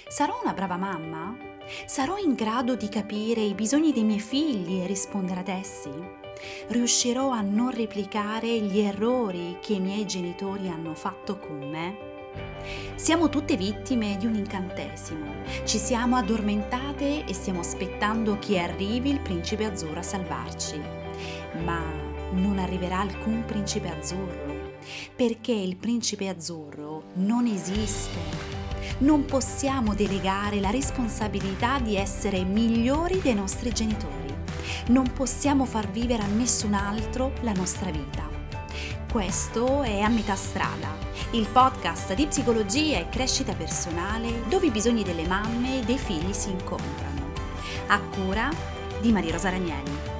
Sarò una brava mamma? Sarò in grado di capire i bisogni dei miei figli e rispondere ad essi? Riuscirò a non replicare gli errori che i miei genitori hanno fatto con me? Siamo tutte vittime di un incantesimo. Ci siamo addormentate e stiamo aspettando che arrivi il principe azzurro a salvarci. Ma non arriverà alcun principe azzurro, perché il principe azzurro non esiste. Non possiamo delegare la responsabilità di essere migliori dei nostri genitori. Non possiamo far vivere a nessun altro la nostra vita. Questo è A Metà Strada, il podcast di psicologia e crescita personale dove i bisogni delle mamme e dei figli si incontrano. A cura di Maria Rosa Ranieri.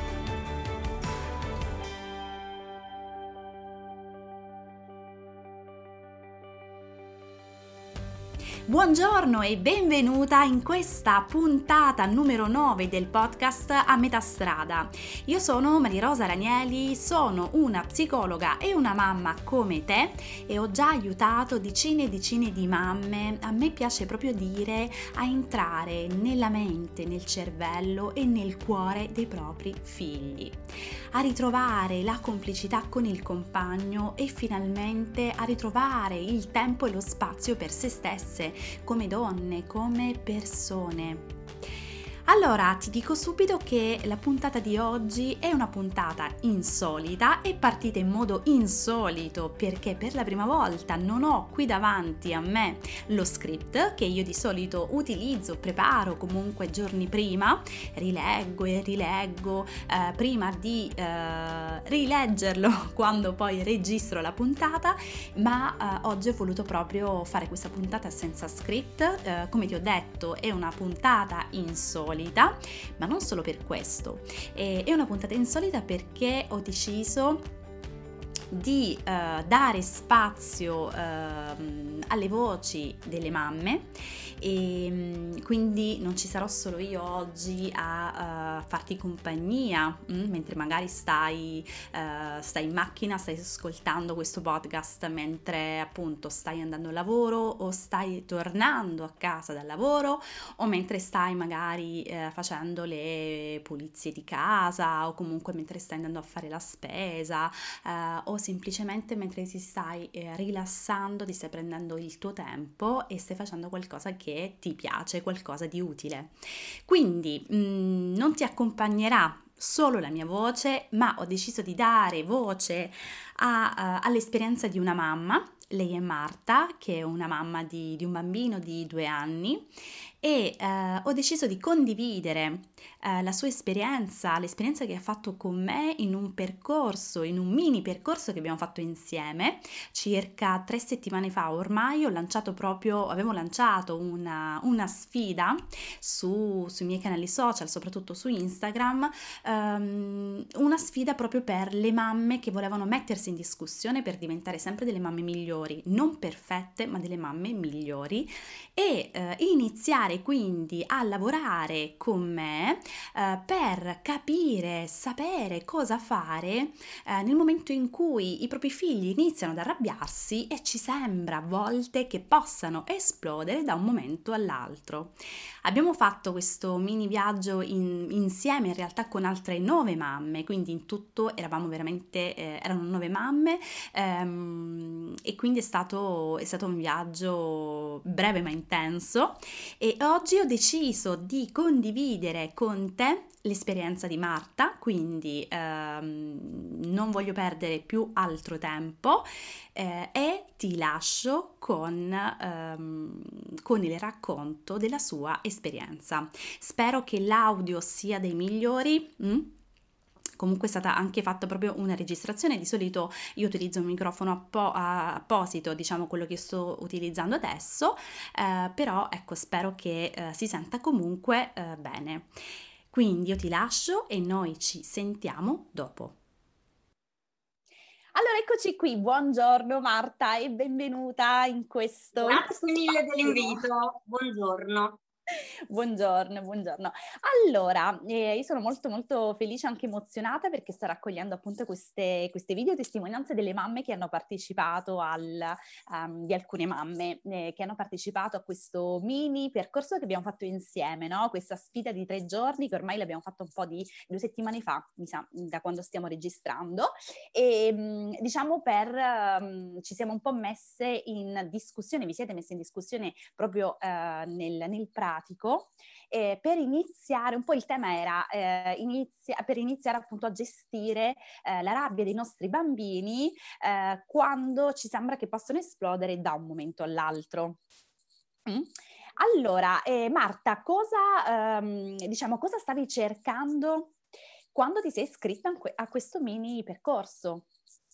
Buongiorno e benvenuta in questa puntata numero 9 del podcast A Metà Strada. Io sono Maria Rosa Ranieri, sono una psicologa e una mamma come te e ho già aiutato decine e decine di mamme, a me piace proprio dire, a entrare nella mente, nel cervello e nel cuore dei propri figli, a ritrovare la complicità con il compagno e finalmente a ritrovare il tempo e lo spazio per se stesse, come donne, come persone. Allora, ti dico subito che la puntata di oggi è una puntata insolita, è partita in modo insolito perché per la prima volta non ho qui davanti a me lo script che io di solito utilizzo, preparo comunque giorni prima, rileggo e rileggo prima di rileggerlo quando poi registro la puntata, ma oggi ho voluto proprio fare questa puntata senza script, come ti ho detto è una puntata insolita. Ma non solo per questo, è una puntata insolita perché ho deciso di dare spazio alle voci delle mamme e quindi non ci sarò solo io oggi a farti compagnia mentre magari stai in macchina, stai ascoltando questo podcast mentre appunto stai andando al lavoro o stai tornando a casa dal lavoro o mentre stai magari facendo le pulizie di casa o comunque mentre stai andando a fare la spesa o semplicemente mentre ti stai rilassando, ti stai prendendo il tuo tempo e stai facendo qualcosa che ti piace, qualcosa di utile. Quindi non ti accompagnerà solo la mia voce, ma ho deciso di dare voce all'esperienza di una mamma. Lei è Marta, che è una mamma di un bambino di 2 anni e ho deciso di condividere la sua esperienza, l'esperienza che ha fatto con me in un percorso, in un mini percorso che abbiamo fatto insieme circa 3 settimane fa ormai. Avevo lanciato una sfida sui miei canali social, soprattutto su Instagram, una sfida proprio per le mamme che volevano mettersi in discussione per diventare sempre delle mamme migliori, non perfette, ma delle mamme migliori e iniziare quindi a lavorare con me per capire, sapere cosa fare nel momento in cui i propri figli iniziano ad arrabbiarsi e ci sembra a volte che possano esplodere da un momento all'altro. Abbiamo fatto questo mini viaggio insieme in realtà con altre 9 mamme, quindi in tutto erano 9 mamme e quindi è stato un viaggio breve ma intenso e oggi ho deciso di condividere con te l'esperienza di Marta, quindi non voglio perdere più altro tempo e ti lascio con il racconto della sua esperienza. Spero che l'audio sia dei migliori. Comunque è stata anche fatta proprio una registrazione, di solito io utilizzo un microfono apposito, diciamo quello che sto utilizzando adesso, però ecco spero che si senta comunque bene. Quindi io ti lascio e noi ci sentiamo dopo. Allora eccoci qui, buongiorno Marta e benvenuta in questo Grazie mille spazio. dell'invito, buongiorno. Buongiorno, buongiorno. Allora, io sono molto molto felice, anche emozionata, perché sto raccogliendo appunto queste video testimonianze delle mamme che hanno partecipato di alcune mamme che hanno partecipato a questo mini percorso che abbiamo fatto insieme, no? Questa sfida di 3 giorni che ormai l'abbiamo fatto un po' di 2 settimane fa, mi sa, da quando stiamo registrando. E diciamo ci siamo un po' messe in discussione, vi siete messe in discussione proprio nel pratico, per iniziare, un po' il tema era per iniziare appunto a gestire la rabbia dei nostri bambini quando ci sembra che possono esplodere da un momento all'altro. Allora, Marta, cosa stavi cercando quando ti sei iscritta a questo mini percorso?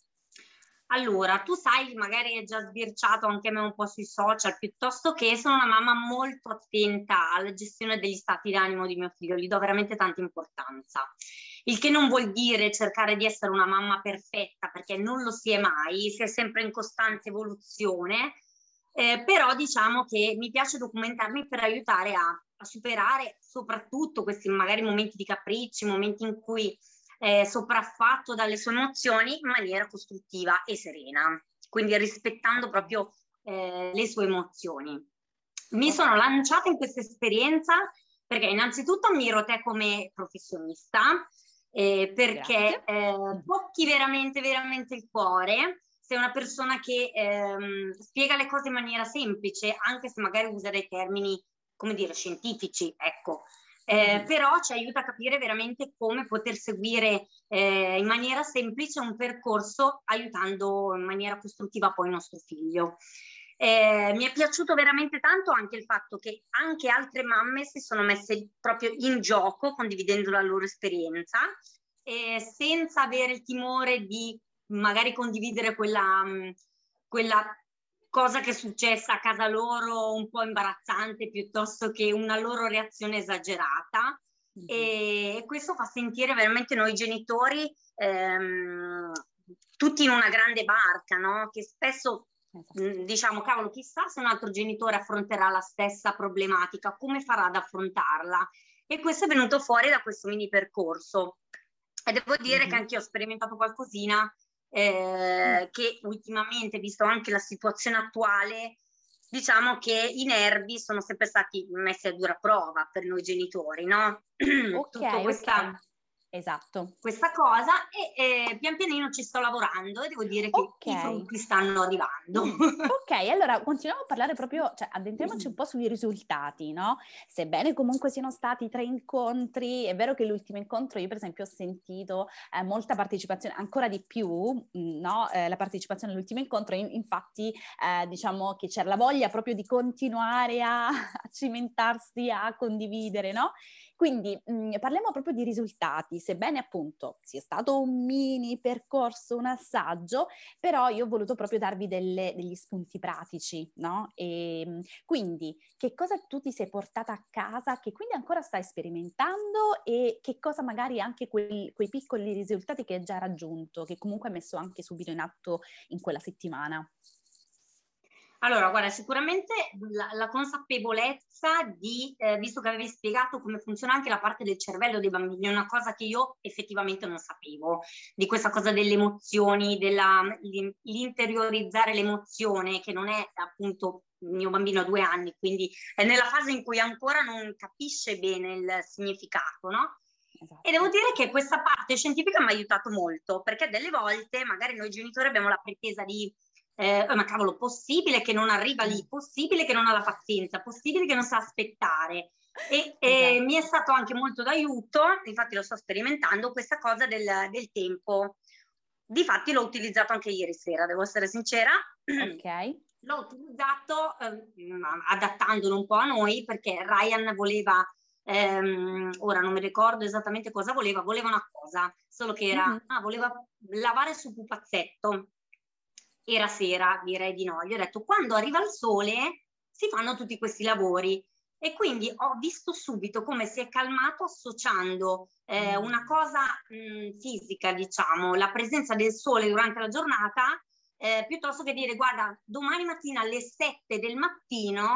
Allora, tu sai, magari è già sbirciato anche a me un po' sui social, piuttosto che sono una mamma molto attenta alla gestione degli stati d'animo di mio figlio, gli do veramente tanta importanza. Il che non vuol dire cercare di essere una mamma perfetta, perché non lo si è mai, si è sempre in costante evoluzione, però diciamo che mi piace documentarmi per aiutare a superare soprattutto questi magari momenti di capricci, momenti in cui sopraffatto dalle sue emozioni in maniera costruttiva e serena, quindi rispettando proprio le sue emozioni. Mi sono lanciata in questa esperienza perché innanzitutto ammiro te come professionista, perché tocchi veramente, veramente il cuore. Sei una persona che spiega le cose in maniera semplice, anche se magari usa dei termini, come dire, scientifici, ecco. Però ci aiuta a capire veramente come poter seguire in maniera semplice un percorso aiutando in maniera costruttiva poi il nostro figlio. Mi è piaciuto veramente tanto anche il fatto che anche altre mamme si sono messe proprio in gioco condividendo la loro esperienza, senza avere il timore di magari condividere quella cosa che è successa a casa loro un po' imbarazzante piuttosto che una loro reazione esagerata. E questo fa sentire veramente noi genitori tutti in una grande barca, no? Che spesso diciamo, cavolo, chissà se un altro genitore affronterà la stessa problematica, come farà ad affrontarla? E questo è venuto fuori da questo mini percorso. E devo dire che anch'io ho sperimentato qualcosina che ultimamente, visto anche la situazione attuale, diciamo che i nervi sono sempre stati messi a dura prova per noi genitori, no? Ok, questa, esatto. questa cosa e pian pianino ci sto lavorando e devo dire che i frutti stanno arrivando. Ok, allora continuiamo a parlare proprio, cioè addentriamoci un po' sui risultati, no? Sebbene comunque siano stati 3 incontri, è vero che l'ultimo incontro io per esempio ho sentito molta partecipazione, ancora di più, no? La partecipazione all'ultimo incontro, infatti diciamo che c'era la voglia proprio di continuare a cimentarsi, a condividere, no? Quindi parliamo proprio di risultati, sebbene appunto sia stato un mini percorso, un assaggio, però io ho voluto proprio darvi degli spunti pratici, no? E quindi che cosa tu ti sei portata a casa, che quindi ancora stai sperimentando e che cosa magari anche quei piccoli risultati che hai già raggiunto, che comunque hai messo anche subito in atto in quella settimana? Allora, guarda, sicuramente la consapevolezza di, visto che avevi spiegato come funziona anche la parte del cervello dei bambini, è una cosa che io effettivamente non sapevo, di questa cosa delle emozioni, l'interiorizzare l'emozione, che non è appunto, il mio bambino ha 2 anni, quindi è nella fase in cui ancora non capisce bene il significato, no? Esatto. E devo dire che questa parte scientifica mi ha aiutato molto, perché delle volte magari noi genitori abbiamo la pretesa di ma cavolo, possibile che non arriva lì, possibile che non ha la pazienza, possibile che non sa aspettare. E Esatto. mi è stato anche molto d'aiuto, infatti lo sto sperimentando, questa cosa del tempo. Difatti l'ho utilizzato anche ieri sera, devo essere sincera. Ok. L'ho utilizzato adattandolo un po' a noi, perché Ryan voleva, ora non mi ricordo esattamente cosa voleva una cosa, solo che era, voleva lavare sul pupazzetto. Era sera, direi di no. Gli ho detto, quando arriva il sole si fanno tutti questi lavori. E quindi ho visto subito come si è calmato associando una cosa fisica, diciamo, la presenza del sole durante la giornata, piuttosto che dire, guarda, domani mattina alle 7 del mattino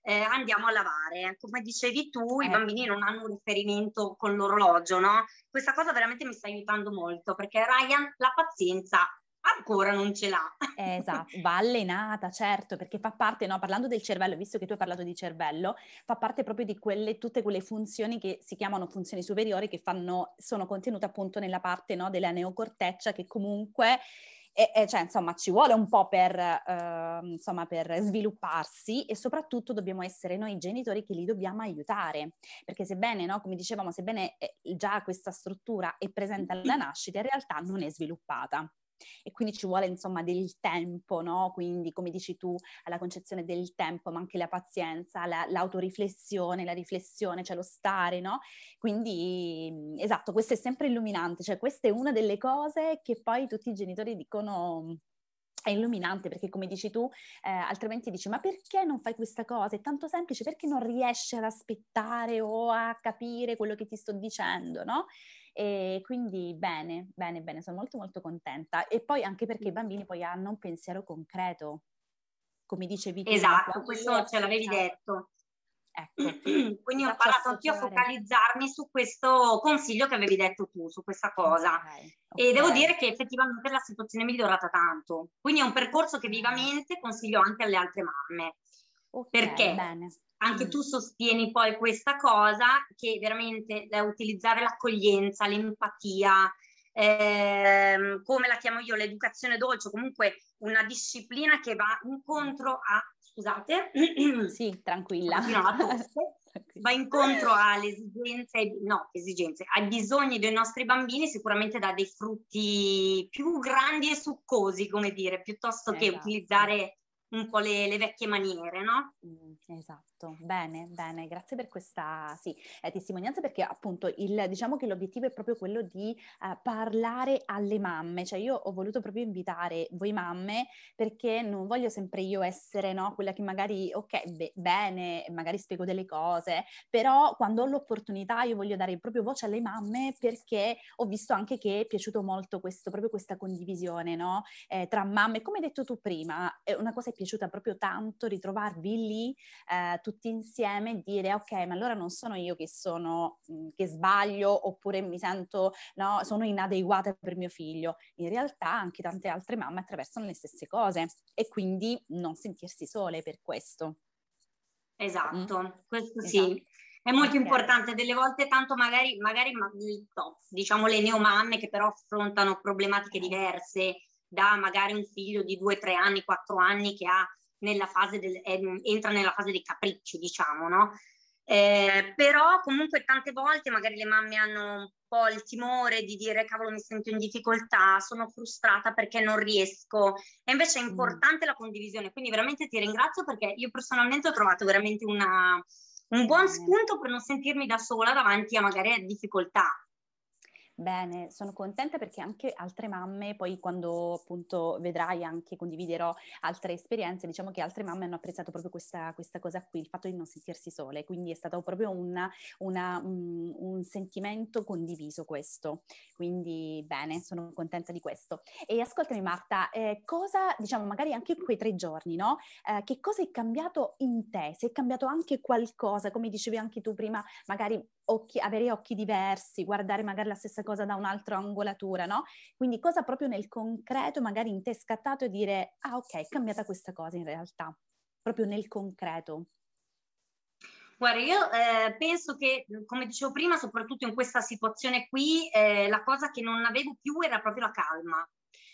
andiamo a lavare. Come dicevi tu, i bambini non hanno un riferimento con l'orologio, no? Questa cosa veramente mi sta aiutando molto, perché Ryan la pazienza ancora non ce l'ha. Esatto, va allenata, certo, perché fa parte, no, parlando del cervello, visto che tu hai parlato di cervello, fa parte proprio di tutte quelle funzioni che si chiamano funzioni superiori, che sono contenute appunto nella parte, no, della neocorteccia, che comunque cioè, insomma, ci vuole un po' insomma, per svilupparsi, e soprattutto dobbiamo essere noi genitori che li dobbiamo aiutare, perché sebbene, no, come dicevamo, sebbene già questa struttura è presente alla nascita, in realtà non è sviluppata. E quindi ci vuole insomma del tempo, no? Quindi come dici tu, alla concezione del tempo, ma anche la pazienza, l'autoriflessione, la riflessione, cioè lo stare, no? Quindi esatto, questo è sempre illuminante, cioè questa è una delle cose che poi tutti i genitori dicono è illuminante, perché come dici tu, altrimenti dici ma perché non fai questa cosa? È tanto semplice, perché non riesci ad aspettare o a capire quello che ti sto dicendo, no? E quindi bene, sono molto molto contenta. E poi anche perché i bambini poi hanno un pensiero concreto, come dicevi tu. Esatto, questo ce l'avevi detto. Ecco. Quindi ho imparato anch'io a focalizzarmi su questo consiglio che avevi detto tu, su questa cosa. Okay. E devo dire che effettivamente la situazione è migliorata tanto. Quindi è un percorso che vivamente consiglio anche alle altre mamme. Perché anche tu sostieni poi questa cosa, che veramente utilizzare l'accoglienza, l'empatia, come la chiamo io, l'educazione dolce, comunque una disciplina che va incontro a, scusate, sì, tranquilla, va incontro alle esigenze, ai bisogni dei nostri bambini, sicuramente dà dei frutti più grandi e succosi, come dire, piuttosto che utilizzare un po' le vecchie maniere, no? Esatto, bene, grazie per questa testimonianza, perché appunto diciamo che l'obiettivo è proprio quello di parlare alle mamme, cioè io ho voluto proprio invitare voi mamme, perché non voglio sempre io essere, no, quella che magari, ok, bene, magari spiego delle cose, però quando ho l'opportunità io voglio dare proprio voce alle mamme, perché ho visto anche che è piaciuto molto proprio questa condivisione, no? Tra mamme, come hai detto tu prima, una cosa è piaciuta proprio tanto, ritrovarvi lì tutti insieme e dire ok, ma allora non sono io che sbaglio, oppure mi sento, no, sono inadeguata per mio figlio. In realtà anche tante altre mamme attraversano le stesse cose, e quindi non sentirsi sole per questo. Esatto, questo sì. È molto importante, delle volte tanto magari diciamo le neomamme che però affrontano problematiche diverse da magari un figlio di 2, 3 anni, 4 anni che ha entra nella fase dei capricci, diciamo, no? Però comunque tante volte magari le mamme hanno un po' il timore di dire cavolo, mi sento in difficoltà, sono frustrata perché non riesco, e invece è importante la condivisione, quindi veramente ti ringrazio, perché io personalmente ho trovato veramente un buon spunto per non sentirmi da sola davanti a magari difficoltà. Bene, sono contenta, perché anche altre mamme, poi quando appunto vedrai, anche condividerò altre esperienze, diciamo che altre mamme hanno apprezzato proprio questa cosa qui, il fatto di non sentirsi sole, quindi è stato proprio un sentimento condiviso questo, quindi bene, sono contenta di questo. E ascoltami Marta, cosa, diciamo magari anche in quei 3 giorni, no? Che cosa è cambiato in te? Se è cambiato anche qualcosa, come dicevi anche tu prima, magari avere occhi diversi, guardare magari la stessa cosa da un'altra angolatura, no? Quindi cosa proprio nel concreto magari in te è scattato, e dire ah ok, è cambiata questa cosa in realtà, proprio nel concreto. Guarda, io penso che, come dicevo prima, soprattutto in questa situazione qui, la cosa che non avevo più era proprio la calma.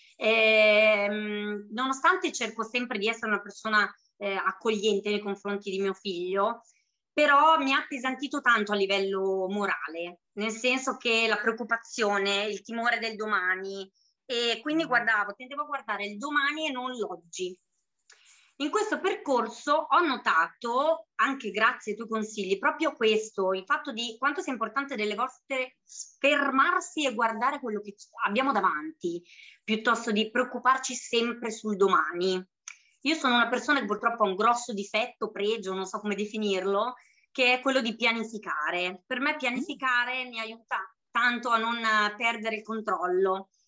Nonostante cerco sempre di essere una persona accogliente nei confronti di mio figlio, però mi ha appesantito tanto a livello morale, nel senso che la preoccupazione, il timore del domani, e quindi tendevo a guardare il domani e non l'oggi. In questo percorso ho notato, anche grazie ai tuoi consigli, proprio questo, il fatto di quanto sia importante delle volte fermarsi e guardare quello che abbiamo davanti, piuttosto di preoccuparci sempre sul domani. Io sono una persona che purtroppo ha un grosso difetto, pregio, non so come definirlo, che è quello di pianificare. Per me pianificare mi aiuta tanto a non perdere il controllo.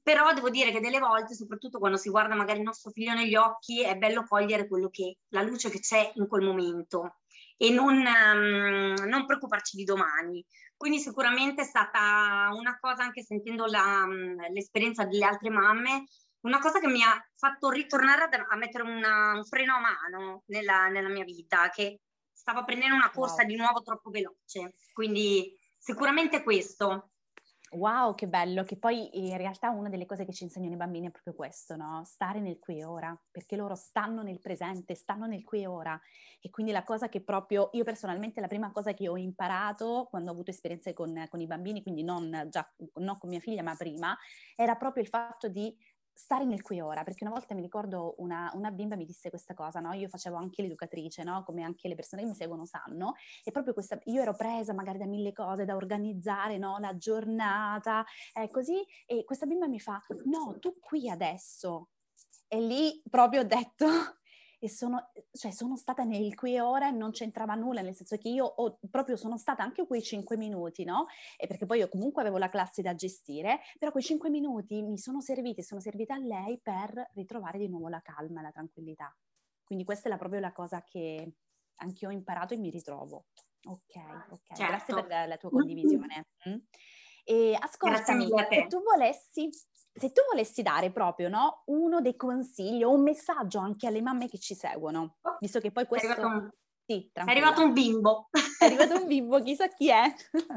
Però devo dire che delle volte, soprattutto quando si guarda magari il nostro figlio negli occhi, è bello cogliere la luce che c'è in quel momento e non preoccuparci di domani. Quindi sicuramente è stata una cosa, anche sentendo l'esperienza delle altre mamme, una cosa che mi ha fatto ritornare a mettere un freno a mano nella mia vita, che stava prendendo una corsa di nuovo troppo veloce. Quindi sicuramente questo. Wow, che bello, che poi in realtà una delle cose che ci insegnano i bambini è proprio questo, no? Stare nel qui e ora, perché loro stanno nel presente, stanno nel qui e ora. E quindi la cosa che proprio, io personalmente la prima cosa che ho imparato quando ho avuto esperienze con i bambini, quindi non con mia figlia ma prima, era proprio il fatto di stare nel qui e ora, perché una volta mi ricordo una bimba mi disse questa cosa, no? Io facevo anche l'educatrice, no? Come anche le persone che mi seguono sanno, e proprio io ero presa magari da 1000 cose da organizzare, no? La giornata, così, e questa bimba mi fa, no, tu qui adesso. E lì proprio ho detto, e sono stata nel qui e ora e non c'entrava nulla, nel senso che io proprio sono stata anche quei 5 minuti, no? E perché poi io comunque avevo la classe da gestire, però quei 5 minuti mi sono servita a lei per ritrovare di nuovo la calma e la tranquillità. Quindi questa è proprio la cosa che anche io ho imparato e mi ritrovo. Ok. Certo. Grazie per la tua condivisione. E ascoltami, se tu volessi dare proprio, no, uno dei consigli o un messaggio anche alle mamme che ci seguono, visto che poi questo... Sì, è arrivato un bimbo. È arrivato un bimbo, chissà chi è.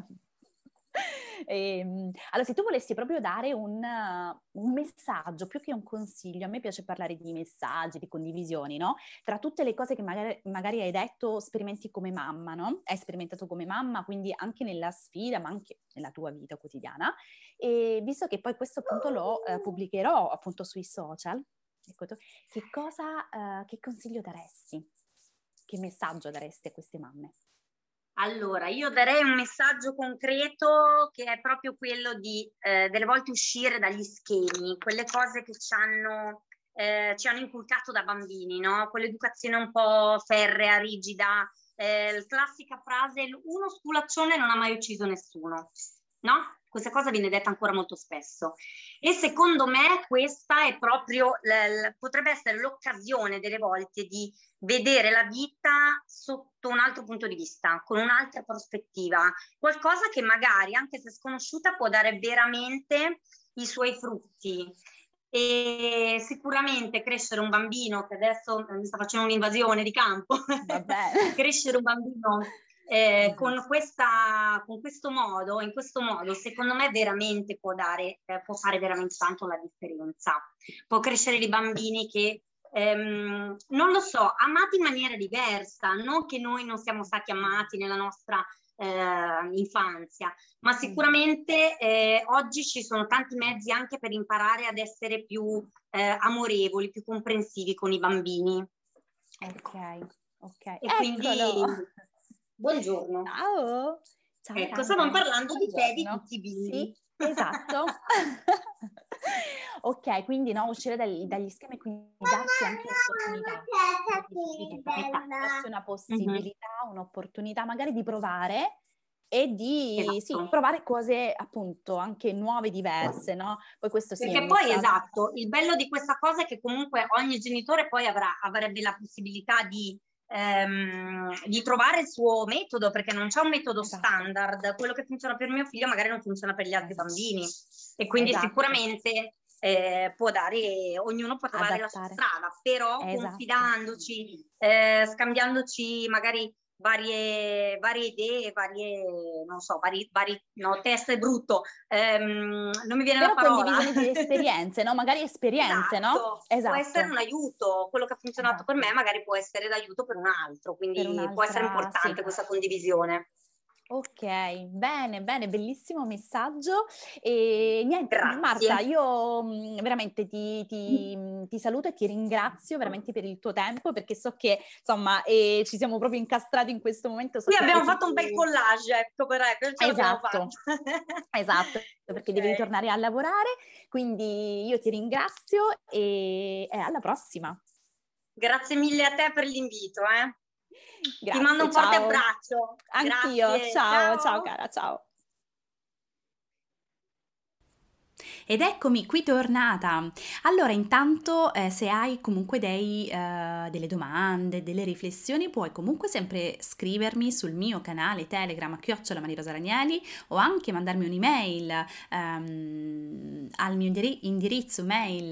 Allora, se tu volessi proprio dare un messaggio, più che un consiglio, a me piace parlare di messaggi, di condivisioni, no? Tra tutte le cose che magari hai detto, sperimenti come mamma, no? Hai sperimentato come mamma, quindi anche nella sfida, ma anche nella tua vita quotidiana. E visto che poi questo appunto lo pubblicherò appunto sui social, ecco, che consiglio daresti? Che messaggio daresti a queste mamme? Allora, io darei un messaggio concreto che è proprio quello di delle volte uscire dagli schemi, quelle cose che ci hanno inculcato da bambini, no? Quell'educazione un po' ferrea, rigida, la classica frase, uno sculaccione non ha mai ucciso nessuno, no? Questa cosa viene detta ancora molto spesso e secondo me questa è proprio, potrebbe essere l'occasione delle volte di vedere la vita sotto un altro punto di vista, con un'altra prospettiva, qualcosa che magari, anche se sconosciuta, può dare veramente i suoi frutti. E sicuramente crescere un bambino, che adesso mi sta facendo un'invasione di campo, crescere un bambino con questo modo, in questo modo, secondo me veramente può fare veramente tanto la differenza. Può crescere dei bambini che non lo so, amati in maniera diversa, non che noi non siamo stati amati nella nostra infanzia, ma sicuramente oggi ci sono tanti mezzi anche per imparare ad essere più amorevoli, più comprensivi con i bambini. Ok. E quindi buongiorno. Ciao. Ecco, stavamo parlando di te, di tutti i bimbi. Sì, esatto. Ok, quindi no, uscire dagli schemi, quindi darsi anche un'opportunità, darsi una possibilità, un'opportunità magari di provare e di provare cose appunto anche nuove, diverse, no? Poi questo sì. Perché poi esatto, il bello di questa cosa è che comunque ogni genitore poi avrebbe la possibilità di trovare il suo metodo, perché non c'è un metodo standard. Quello che funziona per mio figlio magari non funziona per gli altri bambini e quindi sicuramente ognuno può trovare la sua strada, però confidandoci, scambiandoci magari varie idee, testo è brutto, non mi viene la parola. Però condivisione di esperienze, no? Magari esperienze, esatto, no? Esatto. Può essere un aiuto, quello che ha funzionato per me magari può essere d'aiuto per un altro, quindi può essere importante questa condivisione. Ok, bene, bellissimo messaggio e niente, grazie. Marta, io veramente ti saluto e ti ringrazio veramente per il tuo tempo, perché so che insomma ci siamo proprio incastrati in questo momento. Qui abbiamo fatto un bel collage, ecco, esatto, perché devi ritornare a lavorare, quindi io ti ringrazio e alla prossima. Grazie mille a te per l'invito, Grazie, ti mando un forte abbraccio. Anch'io, ciao cara, ciao. Ed eccomi qui tornata. Allora, intanto se hai comunque delle domande, delle riflessioni, puoi comunque sempre scrivermi sul mio canale Telegram @MarirosaRanieli o anche mandarmi un'email al mio indirizzo mail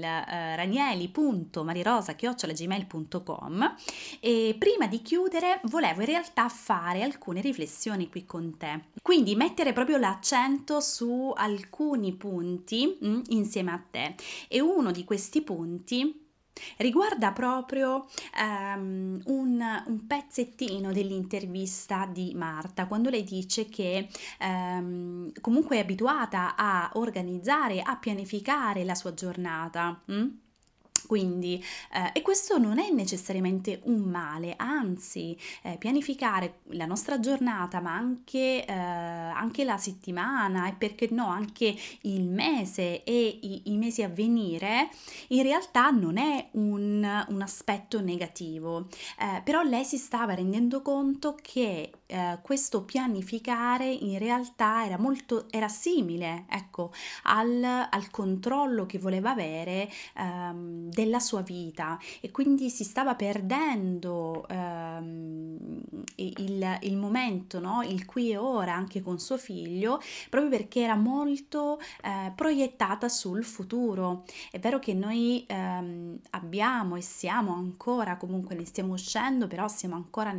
ranieli.marirosa@gmail.com. E prima di chiudere volevo in realtà fare alcune riflessioni qui con te. Quindi mettere proprio l'accento su alcuni punti insieme a te, e uno di questi punti riguarda proprio un pezzettino dell'intervista di Marta, quando lei dice che comunque è abituata a organizzare, a pianificare la sua giornata. Quindi, e questo non è necessariamente un male, anzi, pianificare la nostra giornata, ma anche la settimana e perché no, anche il mese e i mesi a venire, in realtà non è un aspetto negativo, però lei si stava rendendo conto che questo pianificare in realtà era simile, ecco, al controllo che voleva avere della sua vita, e quindi si stava perdendo il momento, no? Il qui e ora anche con suo figlio, proprio perché era molto proiettata sul futuro. È vero che noi abbiamo e siamo ancora, comunque ne stiamo uscendo, però siamo ancora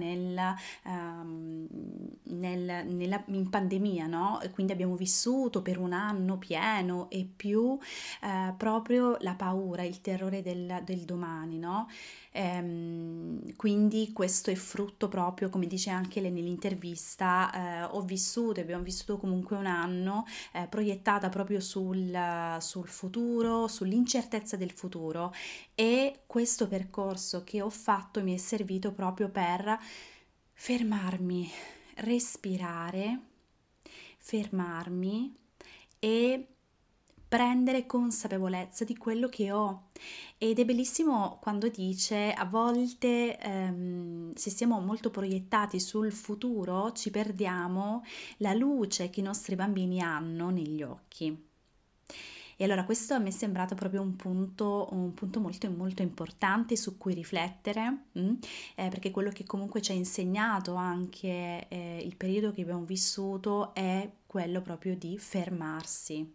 in pandemia, no? E quindi abbiamo vissuto per un anno pieno e più proprio la paura, il terrore del domani, no? Quindi questo è frutto proprio, come dice anche lei nell'intervista, abbiamo vissuto comunque un anno proiettata proprio sul futuro, sull'incertezza del futuro, e questo percorso che ho fatto mi è servito proprio per fermarmi, respirare, fermarmi e prendere consapevolezza di quello che ho. Ed è bellissimo quando dice: a volte se siamo molto proiettati sul futuro ci perdiamo la luce che i nostri bambini hanno negli occhi. E allora questo a me è sembrato proprio un punto molto molto importante su cui riflettere, perché quello che comunque ci ha insegnato anche il periodo che abbiamo vissuto è quello proprio di fermarsi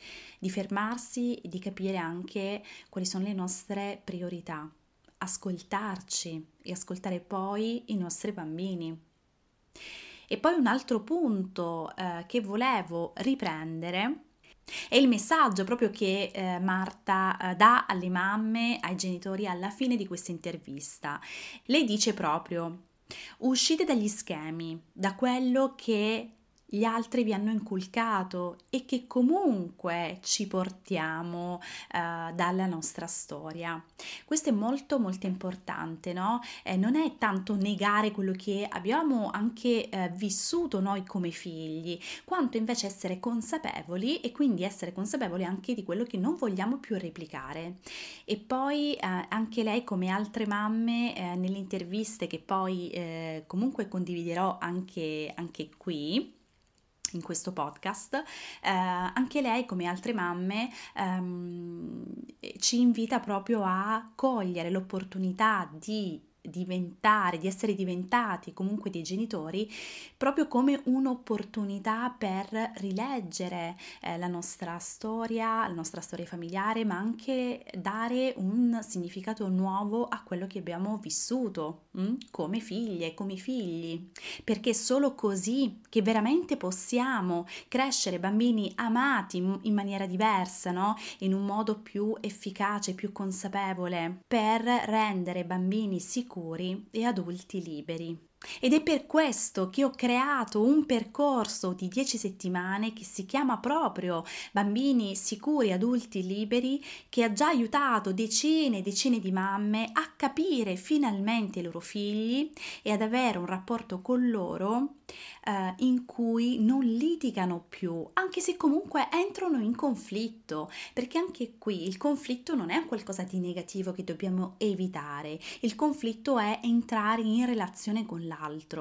e di capire anche quali sono le nostre priorità, ascoltarci e ascoltare poi i nostri bambini. E poi un altro punto che volevo riprendere è il messaggio proprio che Marta dà alle mamme, ai genitori alla fine di questa intervista. Lei dice proprio: uscite dagli schemi, da quello che gli altri vi hanno inculcato e che comunque ci portiamo dalla nostra storia. Questo è molto molto importante, no? Non è tanto negare quello che abbiamo anche vissuto noi come figli, quanto invece essere consapevoli, e quindi essere consapevoli anche di quello che non vogliamo più replicare. E poi anche lei, come altre mamme, nelle interviste che poi comunque condividerò anche qui in questo podcast, anche lei, come altre mamme, ci invita proprio a cogliere l'opportunità di essere diventati comunque dei genitori, proprio come un'opportunità per rileggere la nostra storia familiare, ma anche dare un significato nuovo a quello che abbiamo vissuto come figlie, come figli, perché è solo così che veramente possiamo crescere bambini amati in maniera diversa, no? In un modo più efficace, più consapevole, per rendere bambini sicuri e adulti liberi. Ed è per questo che ho creato un percorso di 10 settimane che si chiama proprio Bambini sicuri, adulti liberi, che ha già aiutato decine e decine di mamme a capire finalmente i loro figli e ad avere un rapporto con loro in cui non litigano più, anche se comunque entrano in conflitto, perché anche qui il conflitto non è qualcosa di negativo che dobbiamo evitare, il conflitto è entrare in relazione con l'altro.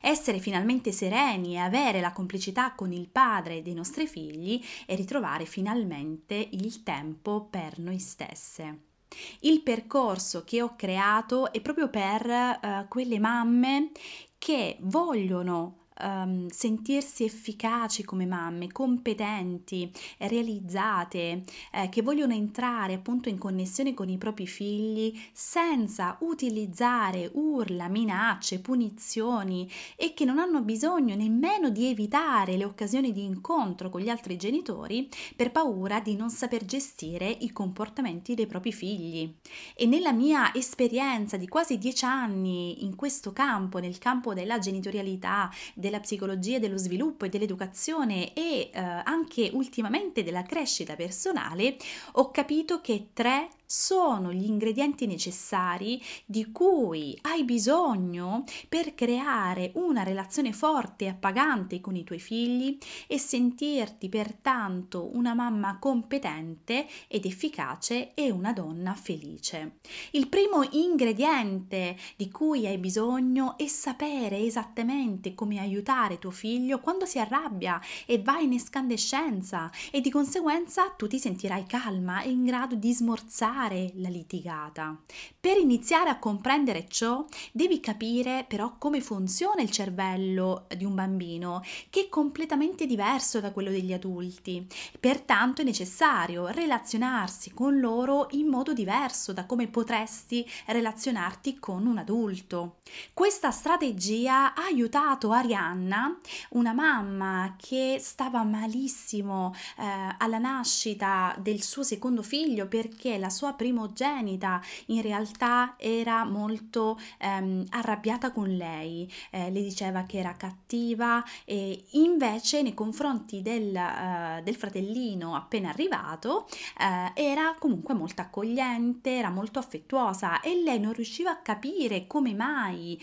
essere finalmente sereni e avere la complicità con il padre dei nostri figli e ritrovare finalmente il tempo per noi stesse. Il percorso che ho creato è proprio per quelle mamme che vogliono sentirsi efficaci come mamme, competenti, realizzate, che vogliono entrare appunto in connessione con i propri figli senza utilizzare urla, minacce, punizioni e che non hanno bisogno nemmeno di evitare le occasioni di incontro con gli altri genitori per paura di non saper gestire i comportamenti dei propri figli. E nella mia esperienza di quasi 10 anni in questo campo, nel campo della genitorialità, della psicologia dello sviluppo e dell'educazione e anche ultimamente della crescita personale, ho capito che 3 sono gli ingredienti necessari di cui hai bisogno per creare una relazione forte e appagante con i tuoi figli e sentirti pertanto una mamma competente ed efficace e una donna felice. Il primo ingrediente di cui hai bisogno è sapere esattamente come aiutare tuo figlio quando si arrabbia e va in escandescenza e di conseguenza tu ti sentirai calma e in grado di smorzare la litigata. Per iniziare a comprendere ciò, devi capire però come funziona il cervello di un bambino, che è completamente diverso da quello degli adulti. Pertanto è necessario relazionarsi con loro in modo diverso da come potresti relazionarti con un adulto. Questa strategia ha aiutato Arianna, una mamma che stava malissimo alla nascita del suo secondo figlio perché la sua primogenita in realtà era molto arrabbiata con lei, le diceva che era cattiva e invece nei confronti del fratellino appena arrivato era comunque molto accogliente, era molto affettuosa e lei non riusciva a capire come mai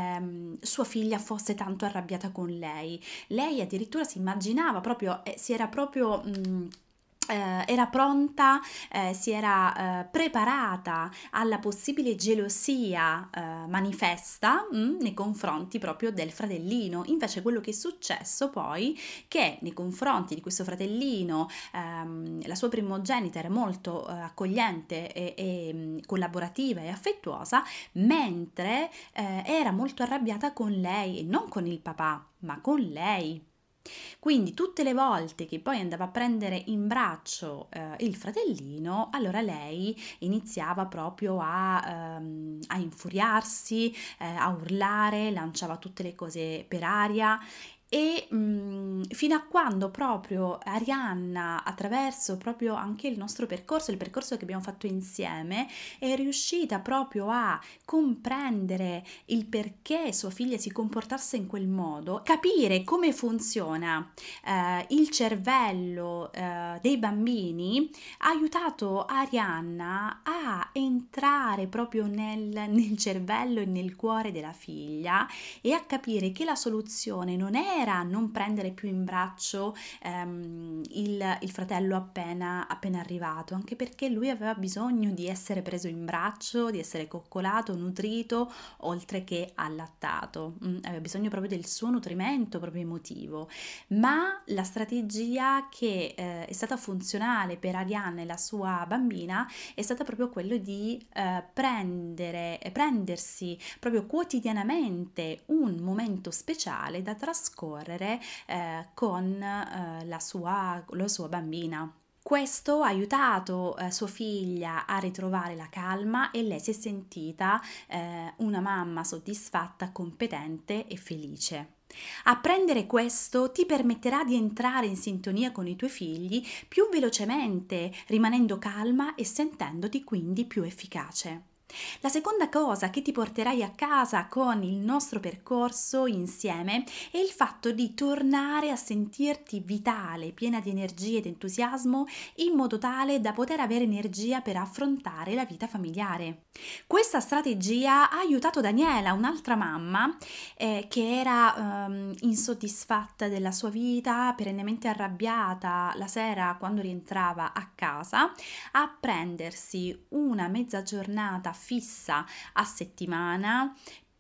sua figlia fosse tanto arrabbiata con lei. Lei addirittura si immaginava proprio, si era proprio era pronta, si era preparata alla possibile gelosia manifesta nei confronti proprio del fratellino. Invece quello che è successo poi, che nei confronti di questo fratellino la sua primogenita era molto accogliente e collaborativa e affettuosa, mentre era molto arrabbiata con lei e non con il papà, ma con lei. Quindi tutte le volte che poi andava a prendere in braccio il fratellino, allora lei iniziava proprio a infuriarsi, a urlare, lanciava tutte le cose per aria e fino a quando proprio Arianna, attraverso proprio anche il nostro percorso, il percorso che abbiamo fatto insieme, è riuscita proprio a comprendere il perché sua figlia si comportasse in quel modo, capire come funziona il cervello dei bambini, ha aiutato Arianna a entrare proprio nel cervello e nel cuore della figlia e a capire che la soluzione non era non prendere più in braccio il fratello appena arrivato, anche perché lui aveva bisogno di essere preso in braccio, di essere coccolato, nutrito, oltre che allattato. Aveva bisogno proprio del suo nutrimento proprio emotivo. Ma la strategia che è stata funzionale per Arianna e la sua bambina è stata proprio quello di prendersi proprio quotidianamente un momento speciale da trascorrere con la sua bambina. Questo ha aiutato sua figlia a ritrovare la calma e lei si è sentita una mamma soddisfatta, competente e felice. Apprendere questo ti permetterà di entrare in sintonia con i tuoi figli più velocemente, rimanendo calma e sentendoti quindi più efficace. La seconda cosa che ti porterai a casa con il nostro percorso insieme è il fatto di tornare a sentirti vitale, piena di energia ed entusiasmo, in modo tale da poter avere energia per affrontare la vita familiare. Questa strategia ha aiutato Daniela, un'altra mamma che era insoddisfatta della sua vita, perennemente arrabbiata la sera quando rientrava a casa, a prendersi una mezza giornata fissa a settimana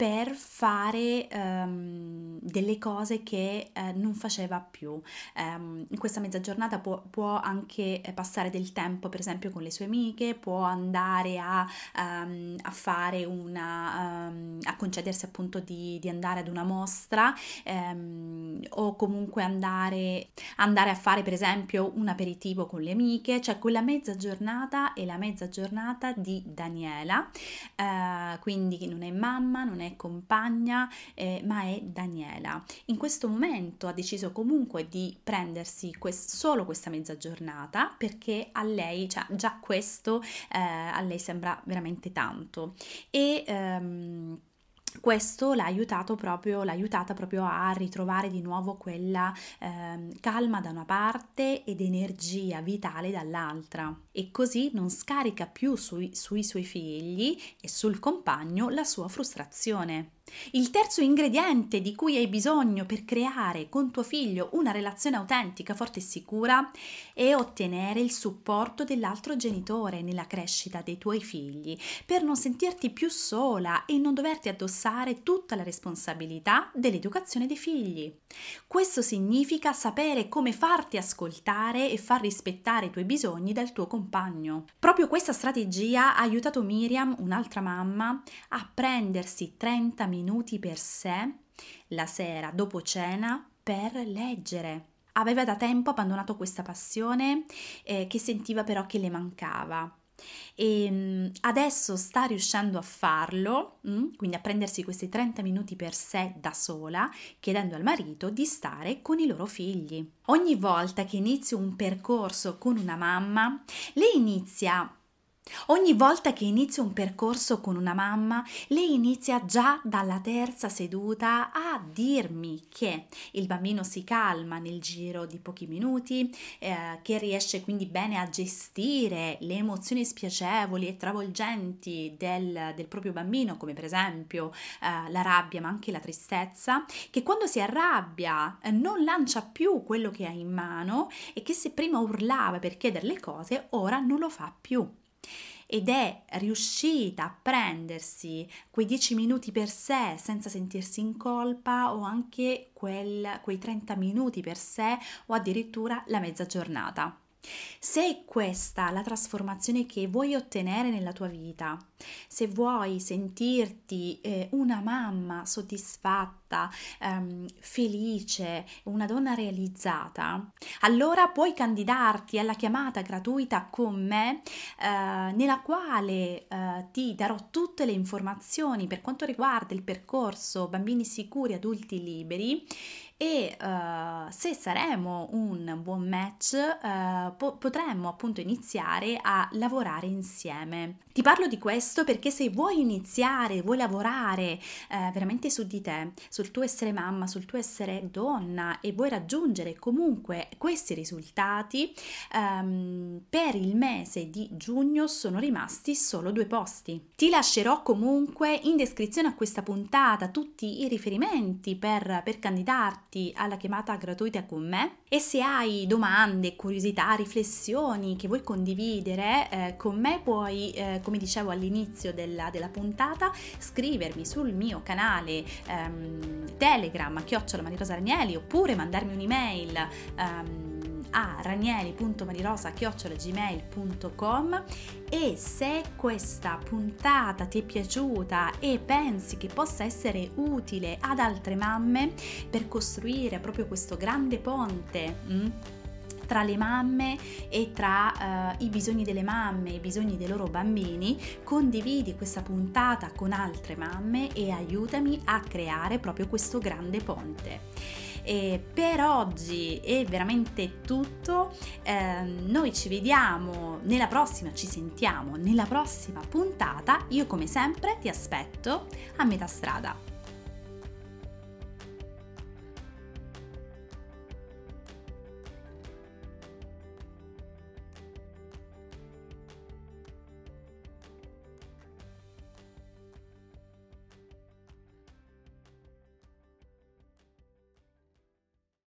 per fare delle cose che non faceva più. In questa mezza giornata può anche passare del tempo, per esempio, con le sue amiche, può andare a fare a concedersi appunto di andare ad una mostra, o comunque andare a fare, per esempio, un aperitivo con le amiche. Cioè quella mezza giornata è la mezza giornata di Daniela, quindi non è mamma, non è compagna, ma è Daniela. In questo momento ha deciso comunque di prendersi solo questa mezza giornata, perché a lei, cioè già questo a lei sembra veramente tanto, e questo l'ha aiutata proprio a ritrovare di nuovo quella calma da una parte ed energia vitale dall'altra, e così non scarica più sui suoi figli e sul compagno la sua frustrazione. Il terzo ingrediente di cui hai bisogno per creare con tuo figlio una relazione autentica, forte e sicura è ottenere il supporto dell'altro genitore nella crescita dei tuoi figli, per non sentirti più sola e non doverti addossare tutta la responsabilità dell'educazione dei figli. Questo significa sapere come farti ascoltare e far rispettare i tuoi bisogni dal tuo compagno. Proprio questa strategia ha aiutato Miriam, un'altra mamma, a prendersi 30 minuti per sé la sera dopo cena per leggere. Aveva da tempo abbandonato questa passione che sentiva però che le mancava, e adesso sta riuscendo a farlo, quindi a prendersi questi 30 minuti per sé da sola, chiedendo al marito di stare con i loro figli. Ogni volta che inizio un percorso con una mamma, lei inizia già dalla terza seduta a dirmi che il bambino si calma nel giro di pochi minuti, che riesce quindi bene a gestire le emozioni spiacevoli e travolgenti del proprio bambino, come per esempio la rabbia, ma anche la tristezza, che quando si arrabbia non lancia più quello che ha in mano, e che se prima urlava per chiedere le cose, ora non lo fa più. Ed è riuscita a prendersi quei 10 minuti per sé senza sentirsi in colpa, o anche quei 30 minuti per sé, o addirittura la mezza giornata. Se è questa la trasformazione che vuoi ottenere nella tua vita, se vuoi sentirti una mamma soddisfatta, felice, una donna realizzata, allora puoi candidarti alla chiamata gratuita con me, nella quale ti darò tutte le informazioni per quanto riguarda il percorso Bambini Sicuri Adulti Liberi, e se saremo un buon match potremmo appunto iniziare a lavorare insieme. Ti parlo di questo perché se vuoi lavorare veramente su di te, sul tuo essere mamma, sul tuo essere donna, e vuoi raggiungere comunque questi risultati, per il mese di giugno sono rimasti solo 2 posti. Ti lascerò comunque in descrizione a questa puntata tutti i riferimenti per candidarti alla chiamata gratuita con me, e se hai domande, curiosità, riflessioni che vuoi condividere con me, puoi, come dicevo all'inizio della puntata, scrivermi sul mio canale Telegram @MarirosaRanieli, oppure mandarmi un'email a ranieli.marirosa@gmail.com. E se questa puntata ti è piaciuta e pensi che possa essere utile ad altre mamme per costruire proprio questo grande ponte tra le mamme e tra i bisogni delle mamme e i bisogni dei loro bambini, condividi questa puntata con altre mamme e aiutami a creare proprio questo grande ponte. E per oggi è veramente tutto, noi ci sentiamo nella prossima puntata. Io come sempre ti aspetto a metà strada.